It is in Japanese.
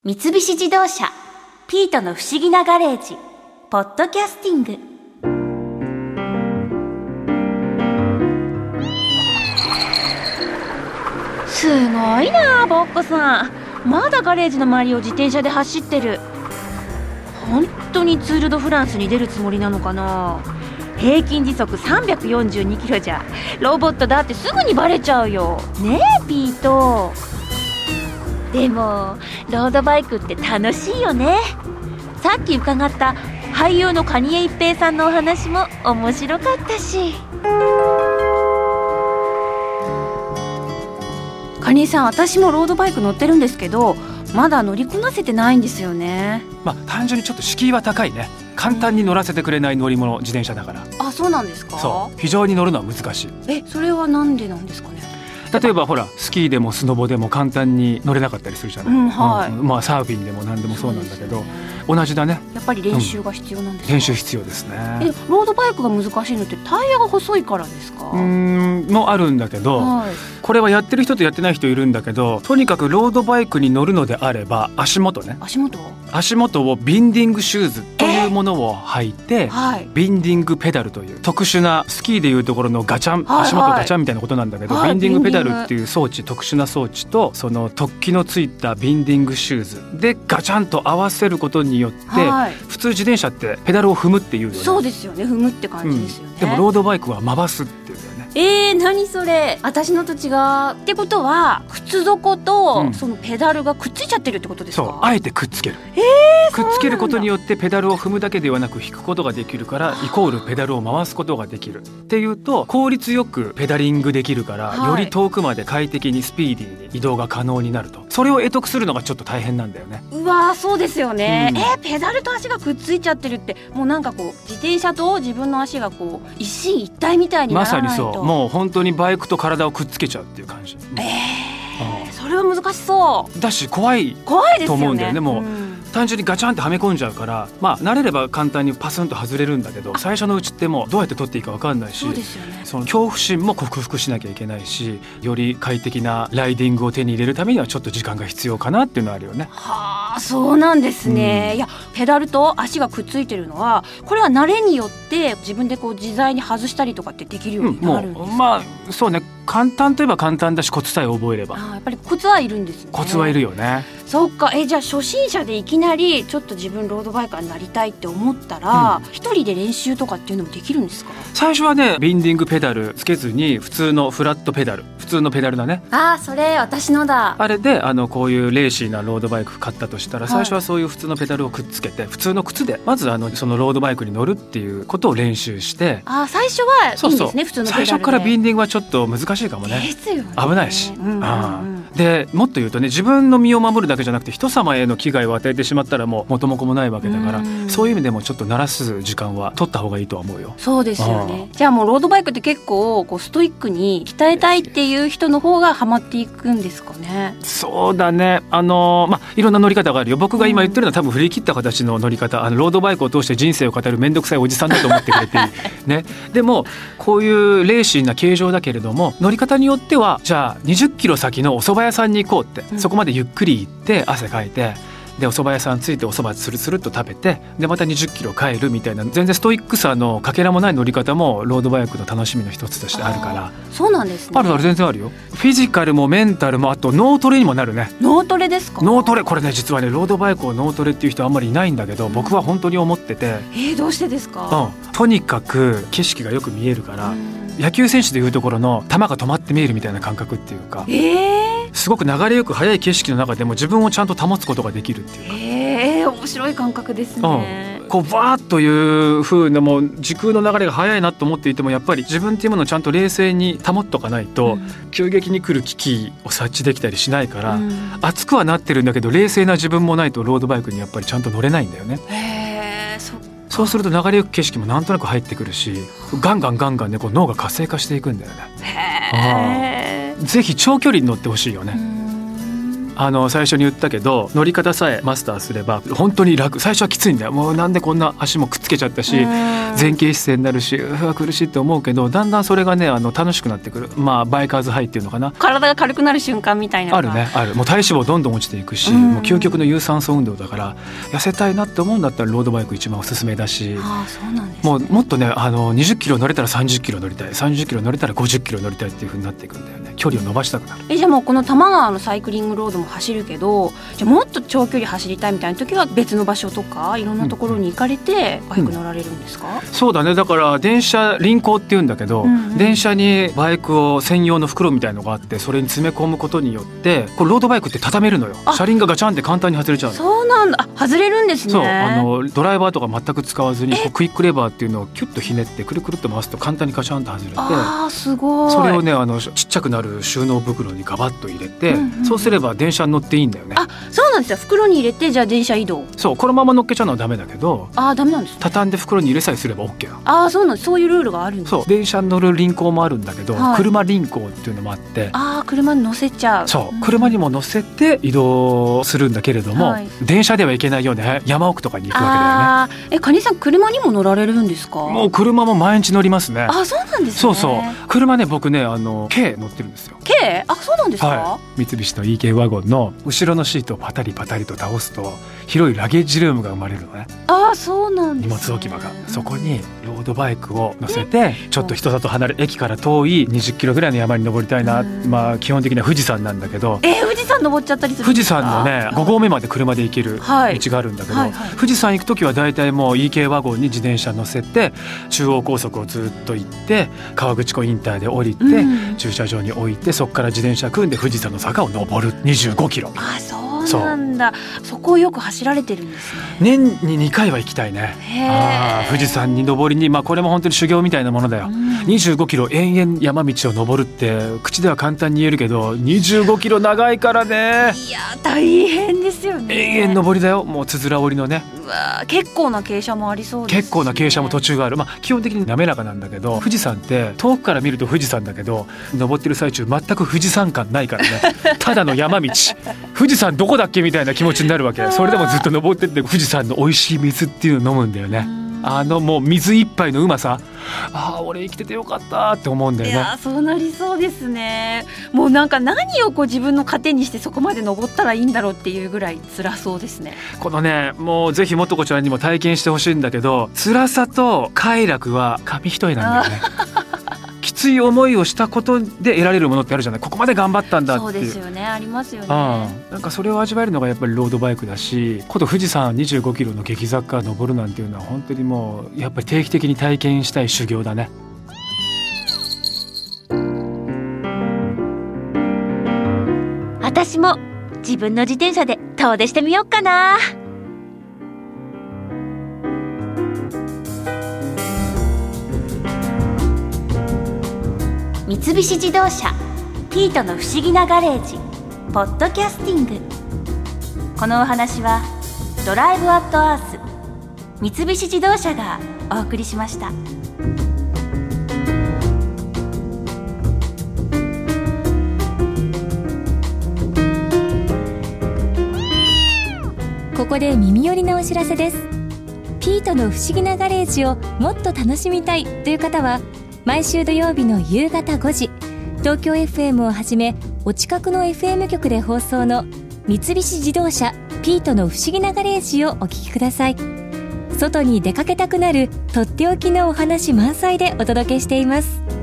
三菱自動車ピートの不思議なガレージポッドキャスティング。すごいなボッコさん、まだガレージの周りを自転車で走ってる。本当にツール・ド・フランスに出るつもりなのかな。平均時速342キロじゃロボットだってすぐにバレちゃうよねえピート。でもロードバイクって楽しいよね。さっき伺った俳優の蟹江一平さんのお話も面白かったし。蟹江さん、私もロードバイク乗ってるんですけどまだ乗りこなせてないんですよね。 単純にちょっと敷居は高いね。簡単に乗らせてくれない乗り物、自転車だから。 あ、そうなんですか。 そう非常に乗るのは難しい。 それはなんでなんですかね。 例えばほらスキーでもスノボでも簡単に乗れなかったりするじゃない、サーフィンでも何でもそうなんだけど、同じだね。 やっぱり練習が必要なんですか。 練習必要ですね。 ロードバイクが難しいのってタイヤが細いからですか。 もあるんだけど、これはやってる人とやってない人いるんだけど、とにかくロードバイクに乗るのであれば足元をビンディングシューズというものを履いて、ビンディングペダルという特殊なスキーでいうところのガチャン、足元ガチャンみたいなことなんだけど、ビンディングペダルっていう装置、特殊な装置とその突起のついたビンディングシューズでガチャンと合わせることによって、普通自転車ってペダルを踏むっていうよね。そうですよね、踏むって感じですよね、でもロードバイクは回すっていうんだよね。 何それ、私のと違うってことは靴底とそのペダルがくっついちゃってるってことですか。 そう、あえてくっつける、くっつけることによってペダルを踏むだけではなく引くことができるから、イコールペダルを回すことができるっていうと効率よくペダリングできるから、より遠くまで快適にスピーディーに移動が可能になると。それを得得するのがちょっと大変なんだよね。 うわー、そうですよね、ペダルと足がくっついちゃってるって、もうなんかこう自転車と自分の足がこう一心一体みたいにならないと。 まさにそう、もう本当にバイクと体をくっつけちゃうっていう感じ。 それは難しそうだし怖いと思うんだよね。もう単純にガチャンってはめ込んじゃうから、慣れれば簡単にパスンと外れるんだけど、最初のうちってもうどうやって取っていいか分かんないし、その恐怖心も克服しなきゃいけないし、より快適なライディングを手に入れるためにはちょっと時間が必要かなっていうのはあるよね。 はあ、そうなんですね、いやペダルと足がくっついてるのはこれは慣れによって自分でこう自在に外したりとかってできるようになるんですか。 そうね、簡単といえば簡単だし、コツさえ覚えれば。 やっぱりコツはいるんですね。 コツはいるよね。 そうか。じゃあ初心者でいきなりちょっと自分ロードバイカーになりたいって思ったら、一人で練習とかっていうのもできるんですか。 最初はね、ビンディングペダルつけずに普通のフラットペダル、普通のペダルだね。 それ私のだ。 あれでこういうレーシーなロードバイク買ったとしたら、最初はそういう普通のペダルをくっつけて、普通の靴でまずそのロードバイクに乗るっていうことを練習して。 最初はいいんですね。普通のペダルで最初からビンディングはちょっと難しいかもね。 ですよね、 危ないし、でもっと言うとね、自分の身を守るだけじゃなくて人様への危害を与えてしまったらもう元も子もないわけだから、そういう意味でもちょっと慣らす時間は取った方がいいとは思うよ。 そうですよね。じゃあもうロードバイクって結構こうストイックに鍛えたいっていう人の方がハマっていくんですかね。 そうだね、いろんな乗り方があるよ。僕が今言ってるのは多分振り切った形の乗り方、ロードバイクを通して人生を語るめんどくさいおじさんだと思ってくれていい、ね、でもこういうレーシーな形状だけれども、乗り方によってはじゃあ20キロ先のお蕎麦屋さんに行こうって、そこまでゆっくり行って汗かいて、でお蕎麦屋さん着いてお蕎麦スルスルっと食べて、でまた20キロ帰るみたいな、全然ストイックさのかけらもない乗り方もロードバイクの楽しみの一つとしてあるから。 そうなんですね。 ある全然あるよ。フィジカルもメンタルも、あと脳トレにもなるね。 脳トレですか。 脳トレ、これね実はね、ロードバイクを脳トレっていう人あんまりいないんだけど、僕は本当に思ってて。 どうしてですか。 とにかく景色がよく見えるから、野球選手でいうところの球が止まって見えるみたいな感覚っていうか、すごく流れよく速い景色の中でも自分をちゃんと保つことができるっていうか。 面白い感覚ですね。 こうバーッという風な、もう時空の流れが速いなと思っていても、やっぱり自分っていうものをちゃんと冷静に保っとかないと、急激に来る危機を察知できたりしないから、熱くはなってるんだけど冷静な自分もないとロードバイクにやっぱりちゃんと乗れないんだよね。そうすると流れよく景色もなんとなく入ってくるし、ガンガンね、こう脳が活性化していくんだよね。ぜひ長距離に乗ってほしいよね。 最初に言ったけど乗り方さえマスターすれば本当に楽。最初はきついんだよ。もうなんでこんな足もくっつけちゃったし前傾姿勢になるし苦しいって思うけど、だんだんそれがね楽しくなってくる。バイカーズハイっていうのかな、 体が軽くなる瞬間みたいなあるね。ある。もう体脂肪どんどん落ちていくし、もう究極の有酸素運動だから痩せたいなって思うんだったらロードバイク一番おすすめだし、 そうなんですね。 もっとね20キロ乗れたら30キロ乗りたい、30キロ乗れたら50キロ乗りたいっていう風になっていくんだよね。距離を伸ばしたくなる。 じゃあもうこの多摩川のサイクリングロードも走るけど、じゃあもっと長距離走りたいみたいな時は別の場所とかいろんなところに行かれてバイク乗られるんですか？ そうだね。だから電車輪行っていうんだけど、電車にバイクを専用の袋みたいのがあって、それに詰め込むことによってこれロードバイクって畳めるのよ。車輪がガチャンって簡単に外れちゃうの。 そうなんだ。外れるんですね。 そうドライバーとか全く使わずにクイックレバーっていうのをキュッとひねってくるくるっと回すと簡単にガチャンと外れて、 すごい。 それをねちっちゃくなる収納袋にガバッと入れて、そうすれば電車に乗っていいんだよね。 そうなんですよ。袋に入れてじゃあ電車移動。 そうこのまま乗っけちゃうのはダメだけど、 ダメなんですね。 畳んで袋に入れさえすれば OK なの。 そうなんです。そういうルールがあるんです。 そう電車に乗る輪行もあるんだけど、車輪行っていうのもあって、 車に乗せちゃう。 そう、車にも乗せて移動するんだけれども、電車では行けないような山奥とかに行くわけだよね。 カニさん車にも乗られるんですか？ もう車も毎日乗りますね。 そうなんですね。 そう車ね、僕ねK 乗ってるんですよ。 K？ そうなんですか？ 三菱の EK ワゴンの後ろのシートをパタリパタリと倒すと広いラゲージルームが生まれるのね。 そうなんですね。 荷物置き場が、そこにロードバイクを乗せてちょっと人里離れ駅から遠い20キロぐらいの山に登りたいな。基本的には富士山なんだけど、 富士山登っちゃったりするんですか？ 富士山のね5合目まで車で行ける道があるんだけど、富士山行くときはだいたいもう EK ワゴンに自転車乗せて中央高速をずっと行って河口湖インターで降りて、駐車場に置いてそこから自転車組んで富士山の坂を登る25キロ。 そうなんだ。そこをよく走られてるんですね。 年に2回は行きたいね。富士山に登りに、これも本当に修行みたいなものだよ。25キロ延々山道を登るって口では簡単に言えるけど25キロ長いからね。 いや大変ですよね。 延々登りだよ。もうつづら折りのね。 結構な傾斜もありそうですね。 結構な傾斜も途中がある。基本的に滑らかなんだけど、富士山って遠くから見ると富士山だけど登ってる最中全く富士山感ないからね。ただの山道。富士山どこだっけみたいな気持ちになるわけ。それでもずっと登ってって富士山の美味しい水っていうのを飲むんだよね。もう水一杯のうまさ、俺生きててよかったって思うんだよね。 そうなりそうですね。もう何を自分の糧にしてそこまで登ったらいいんだろうっていうぐらい辛そうですね。 このね、もうぜひもとこちゃんにも体験してほしいんだけど、辛さと快楽は紙一重なんだよね。きつい思いをしたことで得られるものってあるじゃない。ここまで頑張ったんだっていう。そうですよね。ありますよね。なんかそれを味わえるのがやっぱりロードバイクだし、今度富士山25キロの激坂登るなんていうのは本当にもうやっぱり定期的に体験したい修行だね。 私も自分の自転車で遠出してみようかな。三菱自動車ピートの不思議なガレージポッドキャスティング。このお話はドライブアットアース三菱自動車がお送りしました。 ここで耳寄りなお知らせです。ピートの不思議なガレージをもっと楽しみたいという方は、毎週土曜日の夕方5時、東京 FM をはじめお近くの FM 局で放送の三菱自動車ピートの不思議なガレージをお聞きください。外に出かけたくなるとっておきのお話満載でお届けしています。